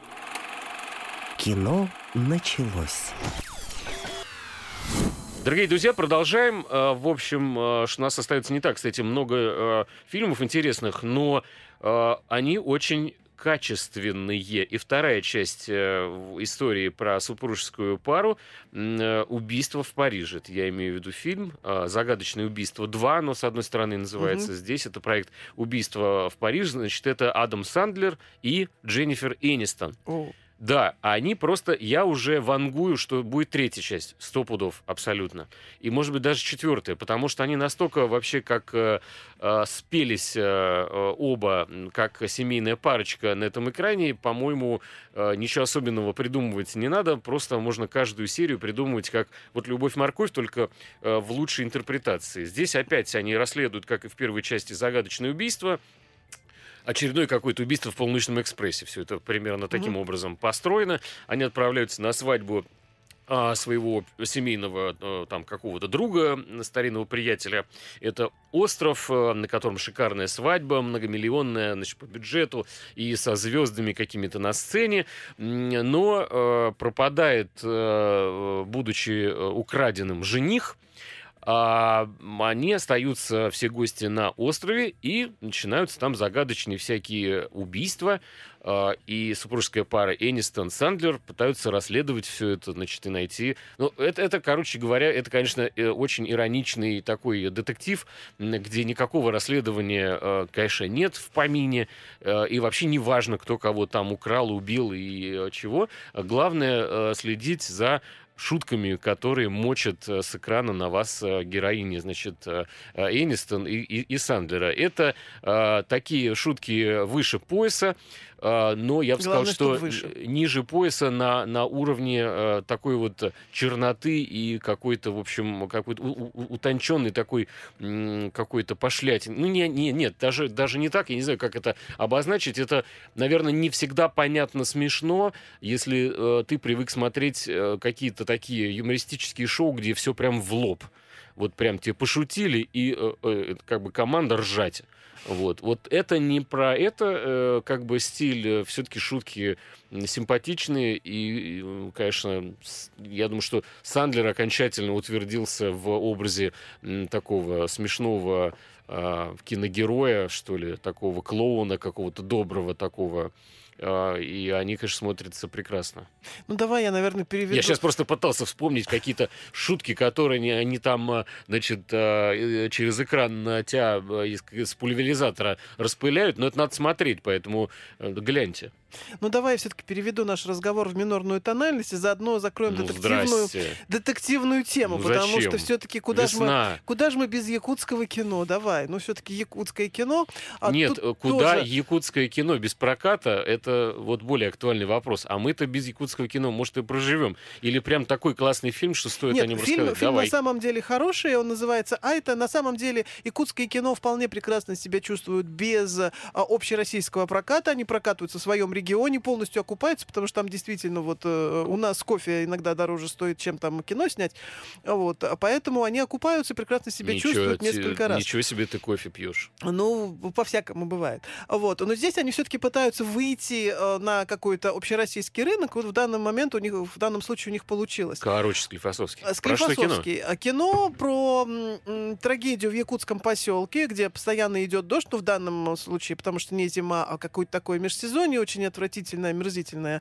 Кино началось. Дорогие друзья, продолжаем. Э, В общем, э, ш- у нас остается не так, кстати, много э, фильмов интересных, но э, они очень качественные. И вторая часть э, в- истории про супружескую пару м, э, «Убийство в Париже». Это я имею в виду фильм э, «Загадочное убийство два», оно, с одной стороны, называется. Здесь это проект «Убийство в Париже». Значит, это Адам Сандлер и Дженнифер Энистон. О, Да, а они просто... Я уже вангую, что будет третья часть. Сто пудов, абсолютно. И, может быть, даже четвертая. Потому что они настолько вообще как э, э, спелись э, э, оба, м, как семейная парочка на этом экране. По-моему, э, ничего особенного придумывать не надо. Просто можно каждую серию придумывать как вот «Любовь-морковь», только э, в лучшей интерпретации. Здесь опять они расследуют, как и в первой части, загадочное убийство. Очередное какое-то убийство в «Полуночном экспрессе». Все это примерно таким образом построено. Они отправляются на свадьбу а, своего семейного а, там какого-то друга, старинного приятеля. Это остров, а, на котором шикарная свадьба, многомиллионная, значит, по бюджету и со звездами какими-то на сцене. М, Но а, пропадает, а, будучи а, украденным, жених. А они остаются, все гости, на острове, и начинаются там загадочные всякие убийства. А, И супружеская пара Энистон Сандлер пытаются расследовать все это, значит, и найти. Ну, это, это, короче говоря, это, конечно, э, очень ироничный такой детектив, м, где никакого расследования, э, конечно, нет в помине, э, и вообще не важно, кто кого там украл, убил и э, чего. Главное э, следить за шутками, которые мочат э, с экрана на вас э, героини, значит, э, э, Энистон и, и, и Сандлера. Это э, такие шутки выше пояса, э, но я бы сказал, Главное, что чтоб выше. э, ниже пояса на, на уровне э, такой вот черноты и какой-то, в общем, какой-то у- у- утонченный такой м, какой-то пошлятин. Ну, не, не, нет, даже, даже не так, я не знаю, как это обозначить. Это, наверное, не всегда понятно смешно, если э, ты привык смотреть э, какие-то это такие юмористические шоу, где все прям в лоб. Вот прям тебе пошутили, и э, э, как бы команда ржать. Вот. Вот это не про это, э, как бы стиль, э, все-таки шутки симпатичные, и, и, конечно, с- я думаю, что Сандлер окончательно утвердился в образе м, такого смешного а, киногероя, что ли, такого клоуна, какого-то доброго такого, а, и они, конечно, смотрятся прекрасно. Ну, давай я, наверное, переведу. Я сейчас просто пытался вспомнить какие-то шутки, которые они, они там, а, значит, а, э, через экран на тебя а, из, из пульверизатора распыляют, но это надо смотреть, поэтому э, гляньте. Ну, давай я все-таки переведу наш разговор в минорную тональность и заодно закроем Ну, детективную, здрасте. детективную тему, Ну, потому зачем? что все-таки куда же мы, Весна. куда ж мы без якутского кино? Давай, ну, все-таки якутское кино. А Нет, тут э, куда тоже- якутское кино без проката, это вот более актуальный вопрос. А мы-то без якутского кино, может, и проживем. Или прям такой классный фильм, что стоит Нет, о нем фильм, рассказать. фильм Давай. на самом деле хороший, он называется «Айта». На самом деле якутское кино вполне прекрасно себя чувствует без а, общероссийского проката. Они прокатываются в своем регионе, полностью окупаются, потому что там действительно вот э, у нас кофе иногда дороже стоит, чем там кино снять. Вот, а поэтому они окупаются, прекрасно себя Ничего чувствуют те- несколько раз. Ничего себе ты кофе пьешь. Ну, по-всякому бывает. Вот. Но здесь они все-таки пытаются выйти э, на какой-то общероссийский рынок. Вот в данный момент у них, в данном случае у них получилось. Короче, Склифосовский. А, Про что кино? Склифосовский. А кино про м, м, трагедию в якутском поселке, где постоянно идет дождь, ну, в данном случае, потому что не зима, а какое-то такое межсезонье, очень отвратительное, омерзительное.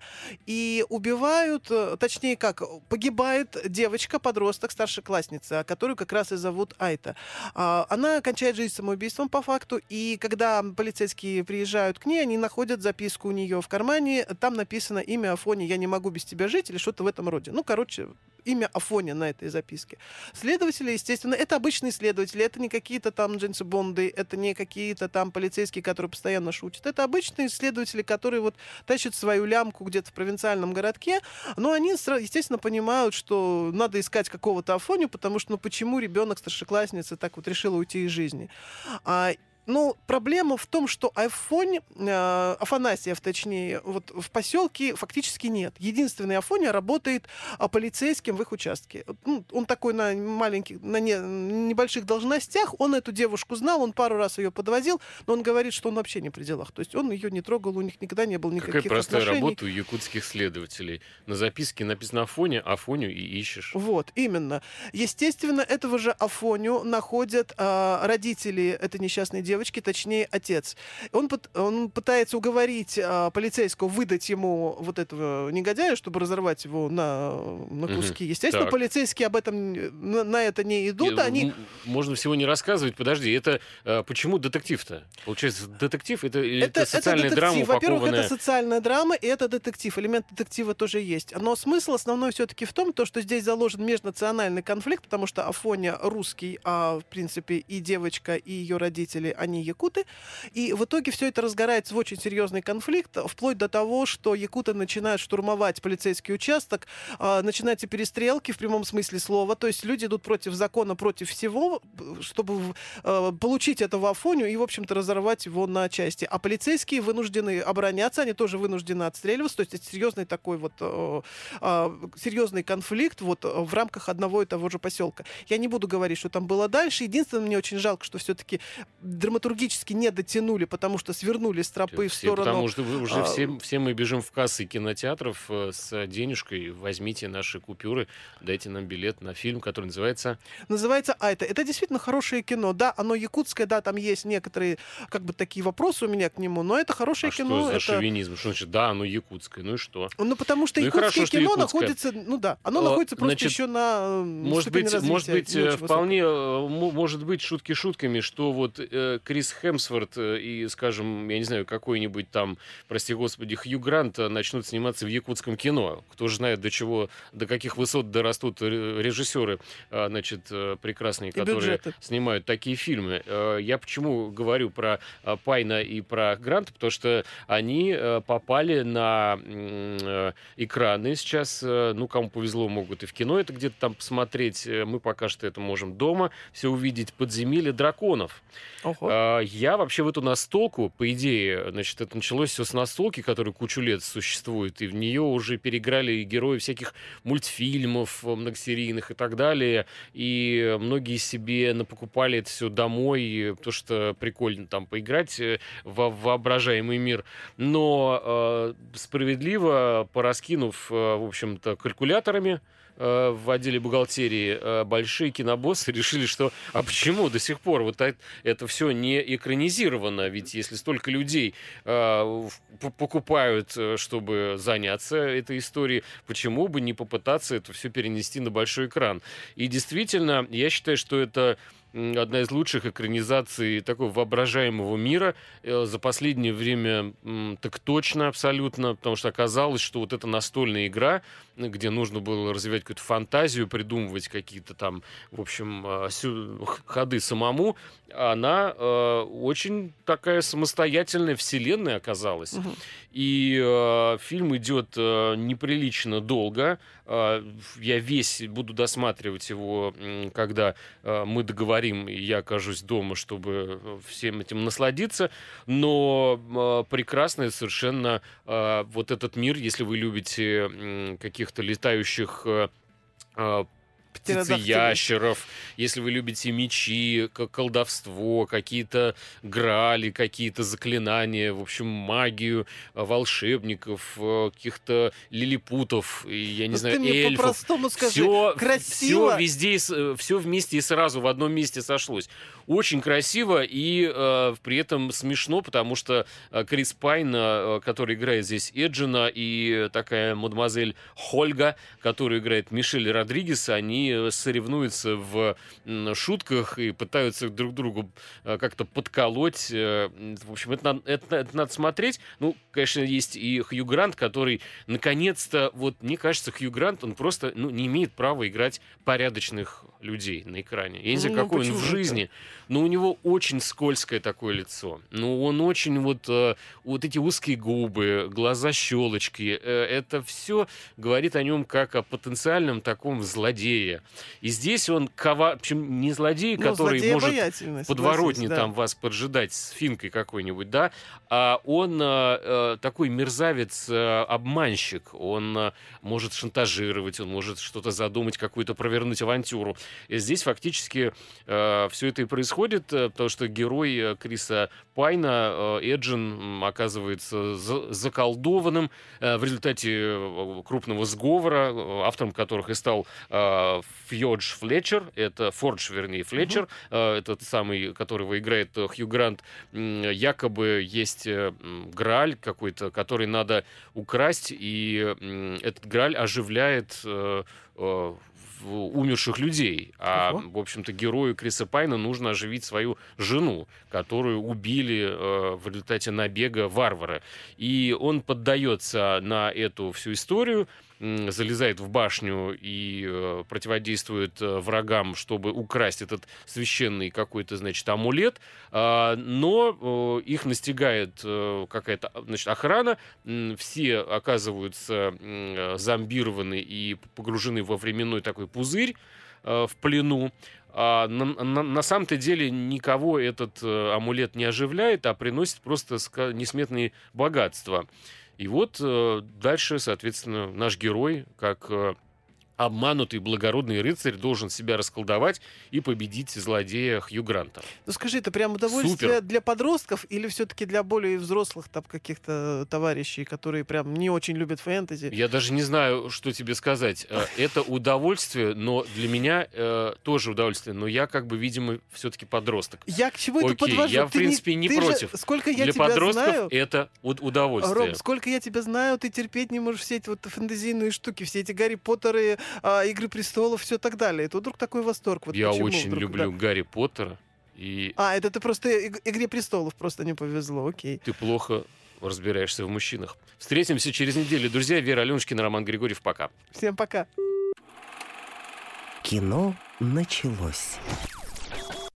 И убивают, э, точнее как, погибает девочка, подросток, старшеклассница, которую как раз и зовут Айта. А, Она кончает жизнь самоубийством по факту, и когда полицейские приезжают к ней, они находят записку у нее в кармане, там написано имя Афони «Я не могу без тебя жить» или что-то в этом роде. Ну, короче, имя Афоня на этой записке. Следователи, естественно, это обычные следователи, это не какие-то там Джеймсы Бонды, это не какие-то там полицейские, которые постоянно шутят. Это обычные следователи, которые вот тащат свою лямку где-то в провинциальном городке, но они, сра- естественно, понимают, что надо искать какого-то Афоню, потому что, ну, почему ребенок старшеклассницы так вот решила уйти из жизни? А, ну, проблема в том, что Афонь, э, Афанасьев, точнее, вот в поселке фактически нет. Единственный Афоня работает а, полицейским в их участке. Ну, он такой на маленьких, на не- небольших должностях. Он эту девушку знал, он пару раз ее подвозил, но он говорит, что он вообще не при делах. То есть он ее не трогал, у них никогда не было никаких Какая простая отношений. работа у якутских следователей. На записке написано Афоня, Афоню и ищешь. Вот, именно. Естественно, этого же Афоню находят а, родители этой несчастной девочки, точнее, отец. Он, пыт- он пытается уговорить а, полицейского выдать ему вот этого негодяя, чтобы разорвать его на, на Мгм. куски. Естественно, Так. полицейские об этом э, на, на это не идут. И, Они... м, Можно всего не рассказывать. Подожди, это э, почему детектив-то? Получается, детектив это, или это, социальная драма, детектив. Во-первых, упакованная... это социальная драма, и это детектив. Элемент детектива тоже есть. Но смысл основной все-таки в том, то, что здесь заложен межнациональный конфликт, потому что Афоня русский, а в принципе и девочка, и ее родители, они якуты. И в итоге все это разгорается в очень серьезный конфликт, вплоть до того, что якуты начинают штурмовать полицейский участок, а, начинаются перестрелки в прямом смысле слова. То есть люди идут против закона, против всего, чтобы э, получить этого Афоню и, в общем-то, разорвать его на части. А полицейские вынуждены обороняться, они тоже вынуждены отстреливаться. То есть это серьезный такой вот э, э, серьезный конфликт вот э, в рамках одного и того же поселка. Я не буду говорить, что там было дальше. Единственное, мне очень жалко, что все-таки драматургически не дотянули, потому что свернули с тропы в Все, сторону... потому что вы уже а, все, все мы бежим в кассы кинотеатров э, с денежкой. Возьмите наши купюры, дайте нам билет на фильм, который называется... Называется «Айта». Это действительно хорошее кино. Да, оно якутское, да, там есть некоторые как бы такие вопросы у меня к нему, но это хорошее А кино. что за это... шовинизм? Что значит, да, оно якутское, ну и что? Ну, потому что Ну и якутское хорошо, что кино якутское. находится, ну да, оно Э, находится просто значит, еще на э, Может ступени быть, развития может быть, не э, очень высокой. вполне, э, мо- может быть, шутки шутками, что вот э, Крис Хемсворт э, и, скажем, я не знаю, какой-нибудь там, прости господи, Хью Грант э, начнут сниматься в якутском кино. Кто же знает, до чего, до каких высот дорастут ре- режиссеры, э, значит, э, прекрасные, И которые бюджеты. снимают такие фильмы. Э, Я почему говорю про э, Пайна и про Гранта, потому что они э, попали на м, э, экраны сейчас, э, ну, кому повезло, могут и в кино это где-то там посмотреть. Э, Мы пока что это можем дома все увидеть. «Подземелье драконов». Ого. А, я вообще в эту настолку, по идее, значит, это началось все с настолки, которая кучу лет существует, и в нее уже переиграли герои всяких мультфильмов многосерийных и так далее, и многие себе напокупали это все домой, потому что прикольно там поиграть во воображаемый мир. Но э, справедливо, пораскинув, э, в общем-то, калькуляторами, в отделе бухгалтерии большие кинобоссы решили, что а почему до сих пор вот это, это все не экранизировано? Ведь если столько людей э, покупают, чтобы заняться этой историей, почему бы не попытаться это все перенести на большой экран? И действительно, я считаю, что это одна из лучших экранизаций такого воображаемого мира за последнее время, так точно, абсолютно, потому что оказалось, что вот эта настольная игра, где нужно было развивать какую-то фантазию, придумывать какие-то там, в общем, ходы самому, она э, очень такая самостоятельная вселенная оказалась. Угу. И э, фильм идет э, неприлично долго. Э, я весь буду досматривать его, когда э, мы договорим, и я окажусь дома, чтобы всем этим насладиться. Но э, прекрасный совершенно э, вот этот мир, если вы любите э, каких-то летающих э, э, птиц-ящеров, если вы любите мечи, колдовство, какие-то грали, какие-то заклинания, в общем, магию, волшебников, каких-то лилипутов, я не Но знаю, эльфов. По-простому скажи, все, красиво. Все везде, все вместе и сразу в одном месте сошлось. Очень красиво и э, при этом смешно, потому что э, Крис Пайн, э, который играет здесь Эджина, и такая мадемуазель Хольга, которая играет Мишель Родригес, они соревнуются в м, шутках и пытаются друг другу э, как-то подколоть. Э, в общем, это, это, это надо смотреть. Ну, конечно, есть и Хью Грант, который, наконец-то, вот мне кажется, Хью Грант, он просто ну, не имеет права играть порядочных людей на экране. Я не знаю, ну, какой он в жизни. Это? Но у него очень скользкое такое лицо. Ну, он очень вот, э, вот эти узкие губы, глаза щелочки. Э, это все говорит о нем как о потенциальном таком злодее. И здесь он, кова... в общем, не злодей, ну, который может подворотни да. там вас поджидать с финкой какой-нибудь, да, а он э, э, такой мерзавец-обманщик. Он э, может шантажировать, он может что-то задумать, какую-то провернуть авантюру. И здесь фактически э, все это и происходит, потому что герой Криса Пайна, Эджин, оказывается за- заколдованным э, в результате крупного сговора, автором которых и стал э, Фьодж Флетчер, это Фордж, вернее, Флетчер, uh-huh. э, этот самый, которого играет Хью Грант. Э, якобы есть э, Грааль какой-то, который надо украсть, и э, этот Грааль оживляет э, э, умерших людей. А, uh-huh. в общем-то, герою Криса Пайна нужно оживить свою жену, которую убили э, в результате набега варвара. И он поддается на эту всю историю, э, залезает в башню и э, противодействует э, врагам, чтобы украсть этот священный какой-то, значит, амулет. Э, но э, их настигает э, какая-то, значит, охрана. Э, все оказываются э, зомбированы и погружены во временной такой пузырь э, в плену. А на, на, на самом-то деле никого этот э, амулет не оживляет, а приносит просто ска- несметные богатства. И вот э, дальше, соответственно, наш герой, как э, обманутый благородный рыцарь, должен себя расколдовать и победить злодея Хью Гранта. Ну скажи, это прям удовольствие Супер. Для подростков или все-таки для более взрослых там каких-то товарищей, которые прям не очень любят фэнтези? Я даже не знаю, что тебе сказать. Это удовольствие, но для меня э, тоже удовольствие. Но я как бы, видимо, все-таки подросток. Я к чему это Окей, подвожу? я, в Ты принципе, не, не против. Же, сколько я для тебя подростков знаю, это удовольствие. Ром, сколько я тебя знаю, ты терпеть не можешь все эти вот фэнтезийные штуки, все эти Гарри Поттеры, а, Игры престолов, все так далее. Это вдруг такой восторг. Вот я почему очень вдруг, люблю да? Гарри Поттера. И... А, это ты просто иг- Игре престолов просто не повезло, окей. Ты плохо разбираешься в мужчинах. Встретимся через неделю. Друзья, Вера Аленушкина, Роман Григорьев. Пока. Всем пока. Кино началось.